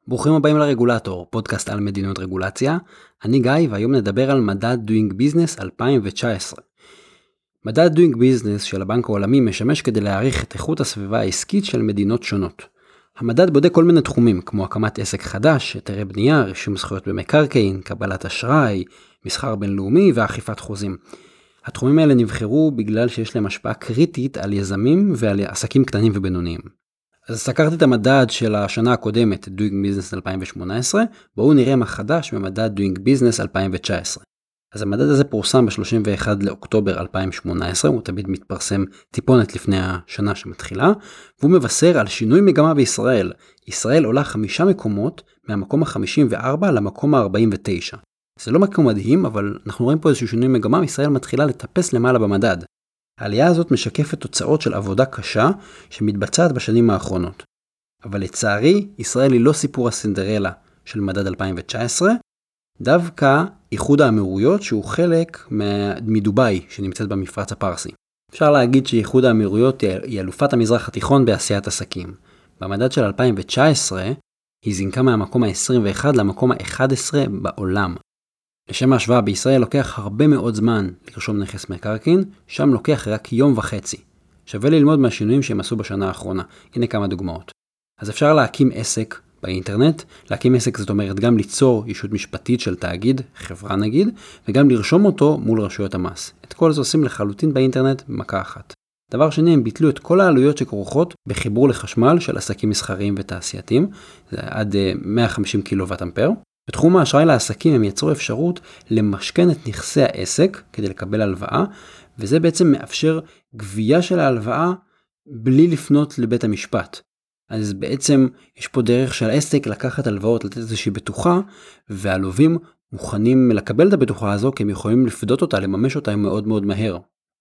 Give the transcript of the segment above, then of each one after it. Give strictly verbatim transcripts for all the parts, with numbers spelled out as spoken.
ברוכים הבאים לרגולטור, פודקאסט על מדיניות רגולציה. אני גיא, והיום נדבר על מדד Doing Business אלפיים תשע עשרה. מדד Doing Business של הבנק העולמי משמש כדי להעריך את איכות הסביבה העסקית של מדינות שונות. המדד בודק כל מיני תחומים, כמו הקמת עסק חדש, היתרי בנייה, רישום זכויות במקרקעין, קבלת אשראי, מסחר בינלאומי ואכיפת חוזים. התחומים האלה נבחרו בגלל שיש להם השפעה קריטית על יזמים ועל עסקים קטנים ובינוניים. אז סקרתי את המדד של השנה הקודמת, Doing Business אלפיים שמונה עשרה, בואו נראה מה חדש במדד Doing Business אלפיים תשע עשרה. אז המדד הזה פורסם ב-שלושים ואחד לאוקטובר אלפיים שמונה עשרה, הוא תמיד מתפרסם טיפונת לפני השנה שמתחילה, והוא מבשר על שינוי מגמה בישראל. ישראל עולה חמישה מקומות מהמקום ה-חמישים וארבע למקום ה-ארבעים ותשע. זה לא מקום מדהים, אבל אנחנו רואים פה איזשהו שינוי מגמה, ישראל מתחילה לטפס למעלה במדד. העלייה הזאת משקפת תוצאות של עבודה קשה שמתבצעת בשנים האחרונות. אבל לצערי, ישראל היא לא סיפור הסינדרלה של מדד אלפיים תשע עשרה, דווקא איחוד האמירויות שהוא חלק מדובאי שנמצאת במפרץ הפרסי. אפשר להגיד שאיחוד האמירויות היא אלופת המזרח התיכון בעשיית עסקים. במדד של אלפיים תשע עשרה היא זינקה מהמקום ה-עשרים ואחד למקום ה-אחד עשר בעולם. לשם ההשוואה, בישראל לוקח הרבה מאוד זמן לרשום נכס מקרקעין, שם לוקח רק יום וחצי. שווה ללמוד מהשינויים שהם עשו בשנה האחרונה. הנה כמה דוגמאות. אז אפשר להקים עסק באינטרנט. להקים עסק זאת אומרת גם ליצור ישות משפטית של תאגיד, חברה נגיד, וגם לרשום אותו מול רשויות המס. את כל זה עושים לחלוטין באינטרנט במכה אחת. דבר שני, הם ביטלו את כל העלויות שכרוכות בחיבור לחשמל של עסקים מסחריים ותעשייתיים, זה עד מאה וחמישים קילוואט אמפר. בתחום האשראי לעסקים הם יצרו אפשרות למשכן את נכסי העסק כדי לקבל הלוואה, וזה בעצם מאפשר גבייה של ההלוואה בלי לפנות לבית המשפט. אז בעצם יש פה דרך של העסק לקחת הלוואות, לתת איזושהי בטוחה, והלווים מוכנים לקבל את הבטוחה הזו, כי הם יכולים לפדות אותה, לממש אותה מאוד מאוד מהר.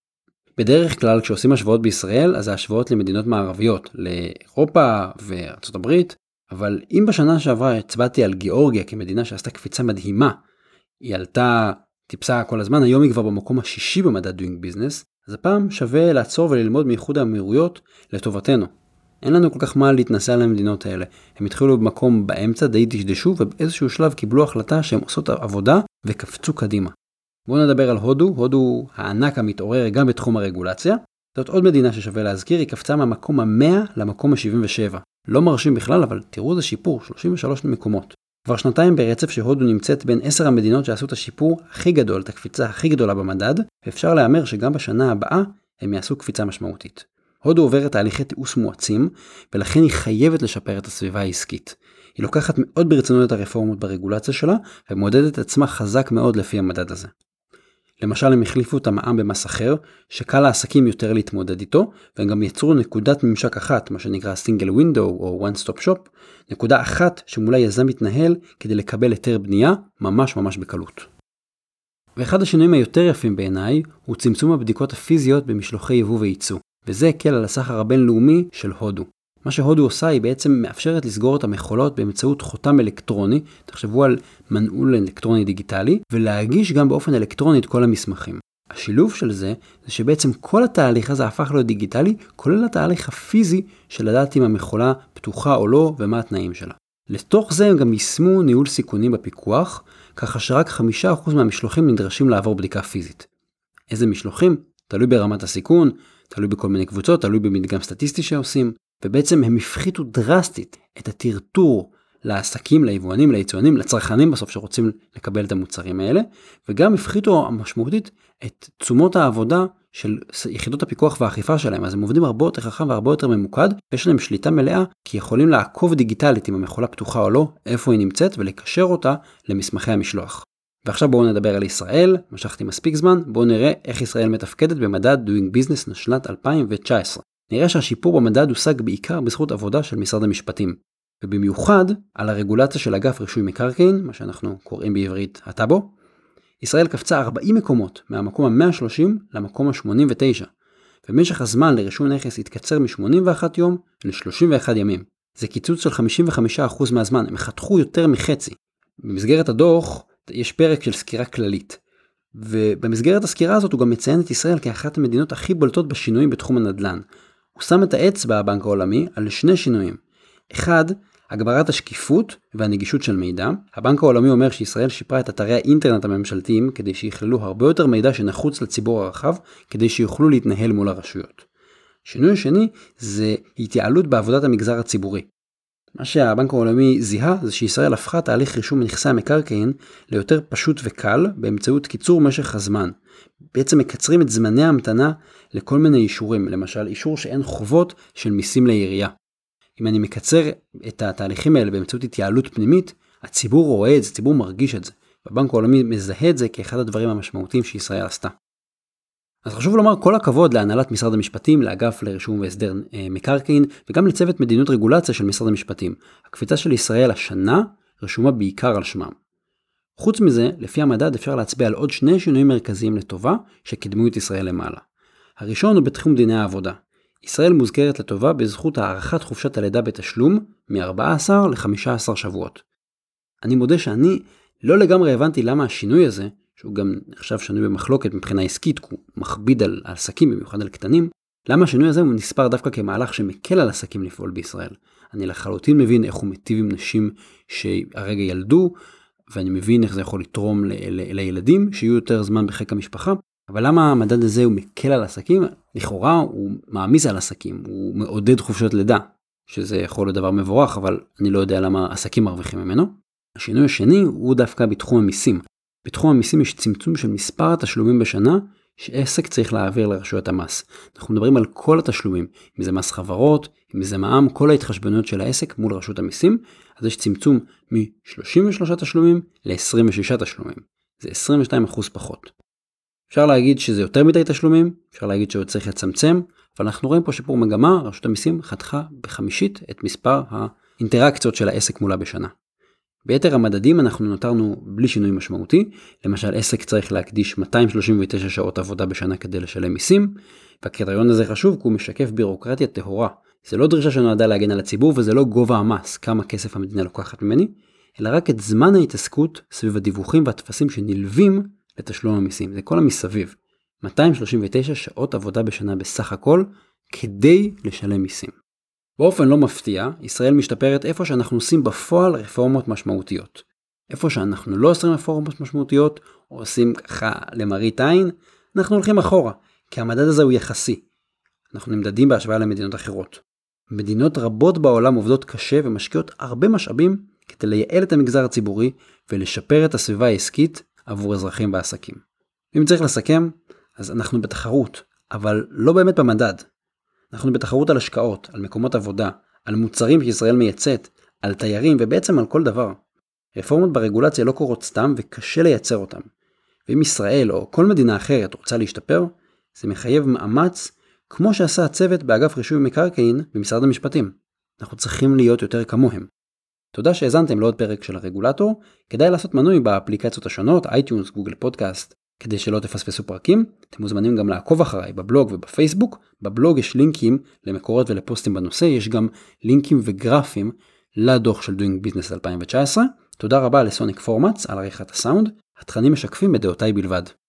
בדרך כלל כשעושים השוואות בישראל, אז זה השוואות למדינות מערביות, לאירופה וארצות הברית, אבל אם בשנה שעברה הצבעתי על גיאורגיה כמדינה שעשתה קפיצה מדהימה, היא עלתה, טיפסה כל הזמן, היום היא כבר במקום השישי במדד Doing Business, אז הפעם שווה לעצור וללמוד מאיחוד האמירויות לטובתנו. אין לנו כל כך מה להתנסה על המדינות האלה. הם התחילו במקום באמצע, די דשדשו, ובאיזשהו שלב קיבלו החלטה שהם עושות עבודה וקפצו קדימה. בואו נדבר על הודו. הודו הענק המתעורר גם בתחום הרגולציה. זאת עוד מדינה ששווה להזכיר, היא קפצה מהמקום ה-מאה למקום ה-שבעים ושבע. לא מרשים בכלל, אבל תראו איזה שיפור, שלושים ושלוש מקומות. כבר שנתיים ברצף שהודו נמצאת בין עשר המדינות שעשו את השיפור הכי גדול, את הקפיצה הכי גדולה במדד, ואפשר לאמר שגם בשנה הבאה הם יעשו קפיצה משמעותית. הודו עוברת תהליכי תיעוש מואצים, ולכן היא חייבת לשפר את הסביבה העסקית. היא לוקחת מאוד ברצינות את הרפורמות ברגולציה שלה, ומודדת עצמה חזק מאוד לפי המדד הזה. למשל, הם החליפו את המע"מ במס אחר, שקל לעסקים יותר להתמודד איתו, והם גם יצרו נקודת ממשק אחת, מה שנקרא Single Window או One Stop Shop, נקודה אחת שמולה יזם מתנהל כדי לקבל היתר בנייה ממש ממש בקלות. ואחד השינויים היותר יפים בעיניי, הוא צמצום הבדיקות הפיזיות במשלוחי יבוא וייצוא, וזה הקל על הסחר הבינלאומי של הודו. מה שהודו עושה היא בעצם מאפשרת לסגור את המכולות באמצעות חותם אלקטרוני, תחשבו על מנעול אלקטרוני דיגיטלי, ולהגיש גם באופן אלקטרוני את כל המסמכים. השילוב של זה, זה שבעצם כל התהליך הזה הפך להיות דיגיטלי, כולל התהליך הפיזי של לדעת אם המכולה פתוחה או לא ומה התנאים שלה. לתוך זה הם גם יישמו ניהול סיכונים בפיקוח, ככה שרק חמישה אחוז מהמשלוחים נדרשים לעבור בדיקה פיזית. איזה משלוחים? תלוי ברמת הסיכון, תלוי בכל מיני קבוצות, תלוי במדגם סטטיסטי שעושים. ובעצם הם הפחיתו דרסטית את הטרטור לעסקים, ליבואנים, ליצואנים, לצרכנים בסוף שרוצים לקבל את המוצרים האלה, וגם הפחיתו משמעותית את תשומות העבודה של יחידות הפיקוח והאכיפה שלהם. אז הם עובדים הרבה יותר חכם והרבה יותר ממוקד, ויש להם שליטה מלאה, כי יכולים לעקוב דיגיטלית אם המכולה פתוחה או לא, איפה היא נמצאת, ולקשר אותה למסמכי המשלוח. ועכשיו בואו נדבר על ישראל, משכתי מספיק זמן, בואו נראה איך ישראל מתפקדת במדד Doing Business לשנת אלפיים תשע עשרה. נראה שהשיפור במדד הושג בעיקר בזכות עבודה של משרד המשפטים, ובמיוחד על הרגולציה של אגף רישוי מקרקעין, מה שאנחנו קוראים בעברית הטאבו. ישראל קפצה ארבעים מקומות מהמקום ה-מאה ושלושים למקום ה-שמונים ותשע, ומשך הזמן לרישום נכס התקצר מ-שמונים ואחד יום ל-שלושים ואחד ימים. זה קיצוץ של חמישים וחמישה אחוז מהזמן, הם חתכו יותר מחצי. במסגרת הדוח יש פרק של סקירה כללית, ובמסגרת הסקירה הזאת הוא גם מציין את ישראל כאחת המדינות הכי בולטות בשינויים בתחום הנדל"ן. הוא שם את האצבע הבנק העולמי על שני שינויים. אחד, הגברת השקיפות והנגישות של מידע. הבנק העולמי אומר שישראל שיפרה את אתרי האינטרנט הממשלתיים כדי שיכללו הרבה יותר מידע שנחוץ לציבור הרחב, כדי שיוכלו להתנהל מול הרשויות. השינוי השני זה התייעלות בעבודת המגזר הציבורי. מה שהבנק העולמי זיהה זה שישראל הפכה תהליך רישום נכסי המקרקעין ליותר פשוט וקל באמצעות קיצור משך הזמן. בעצם מקצרים את זמני ההמתנה לכל מיני אישורים, למשל אישור שאין חובות של מיסים לעירייה. אם אני מקצר את התהליכים האלה באמצעות התייעלות פנימית, הציבור רואה את זה, הציבור מרגיש את זה. והבנק העולמי מזהה את זה כאחד הדברים המשמעותיים שישראל עשתה. אז חשוב לומר כל הכבוד להנהלת משרד המשפטים, לאגף לרישום והסדר מקרקעין, וגם לצוות מדיניות רגולציה של משרד המשפטים. הקפיצה של ישראל השנה רשומה בעיקר על שמם. חוץ מזה, לפי המדד אפשר להצביע על עוד שני שינויים מרכזיים לטובה שקידמו את ישראל למעלה. הראשון הוא בתחום דיני העבודה. ישראל מוזכרת לטובה בזכות הערכת חופשת הלידה בתשלום מ-ארבעה עשר ל-חמישה עשר שבועות. אני מודה שאני לא לגמרי הבנתי למה השינוי הזה, שהוא גם נחשב שנוי במחלוקת מבחינה עסקית, הוא מכביד על עסקים, במיוחד על קטנים, למה השינוי הזה הוא נספר דווקא כמהלך שמקל על עסקים לפעול בישראל. אני לחלוטין מבין איך הוא מטיב עם נשים שהרגע ילדו, ואני מבין איך זה יכול לתרום ל- ל- לילדים שיהיו יותר זמן בחיק המשפחה, אבל למה המדד הזה הוא מקל על עסקים? לכאורה הוא מעמיס על עסקים, הוא מעודד חופשת לידה, שזה יכול להיות דבר מבורך, אבל אני לא יודע למה עסקים מרוויחים ממנו. השינוי השני הוא דווקא בתחום המיסים. בתחום המיסים יש צמצום של מספר התשלומים בשנה שעסק צריך להעביר לרשויות המס. אנחנו מדברים על כל התשלומים, אם זה מס חברות, אם זה מע"מ, כל ההתחשבנויות של העסק מול רשות המיסים, אז יש צמצום מ-שלושים ושלושה תשלומים ל-עשרים ושישה תשלומים. זה עשרים ושתיים אחוז פחות. אפשר להגיד שזה יותר מדי תשלומים, אפשר להגיד שהוא צריך לצמצם, אבל אנחנו רואים פה שיפור מגמה, רשות המיסים חתכה בחמישית את מספר האינטראקציות של העסק מולה בשנה. ביתר המדדים אנחנו נותרנו בלי שינוי משמעותי, למשל עסק צריך להקדיש מאתיים שלושים ותשע שעות עבודה בשנה כדי לשלם מיסים, והקריטריון הזה חשוב כי הוא משקף בירוקרטיה טהורה. זה לא דרישה שנועדה להגן על הציבור וזה לא גובה המס, כמה כסף המדינה לוקחת ממני, אלא רק את זמן ההתעסקות סביב הדיווחים והתפסים שנלווים לתשלום המיסים. זה כל המסביב. מאתיים שלושים ותשע שעות עבודה בשנה בסך הכל כדי לשלם מיסים. באופן לא מפתיע, ישראל משתפרת איפה שאנחנו עושים בפועל רפורמות משמעותיות. איפה שאנחנו לא עושים רפורמות משמעותיות, או עושים ככה למראית עין, אנחנו הולכים אחורה, כי המדד הזה הוא יחסי. אנחנו נמדדים בהשוואה למדינות אחרות. מדינות רבות בעולם עובדות קשה ומשקיעות הרבה משאבים כדי לייעל את המגזר הציבורי ולשפר את הסביבה העסקית עבור אזרחים ועסקים. אם צריך לסכם, אז אנחנו בתחרות, אבל לא באמת במדד. אנחנו בתחרות על השקעות, על מקומות עבודה, על מוצרים שישראל מייצאת, על תיירים ובעצם על כל דבר. רפורמות ברגולציה לא קורות סתם וקשה לייצר אותם. ואם ישראל או כל מדינה אחרת רוצה להשתפר, זה מחייב מאמץ כמו שעשה הצוות באגף רישוי מקרקעין במשרד המשפטים. אנחנו צריכים להיות יותר כמוהם. תודה שהזנתם לעוד פרק של הרגולטור, כדאי לעשות מנוי באפליקציות השונות, אייטיונס, גוגל פודקאסט, כדי שלא תפספסו פרקים. אתם מוזמנים גם לעקוב אחריי בבלוג ובפייסבוק. בבלוג יש לינקים למקורות ולפוסטים בנושא, יש גם לינקים וגרפים לדוח של Doing Business אלפיים תשע עשרה. תודה רבה לסוניק פורמטס על עריכת הסאונד, התכנים משקפים בדעותיי בלבד.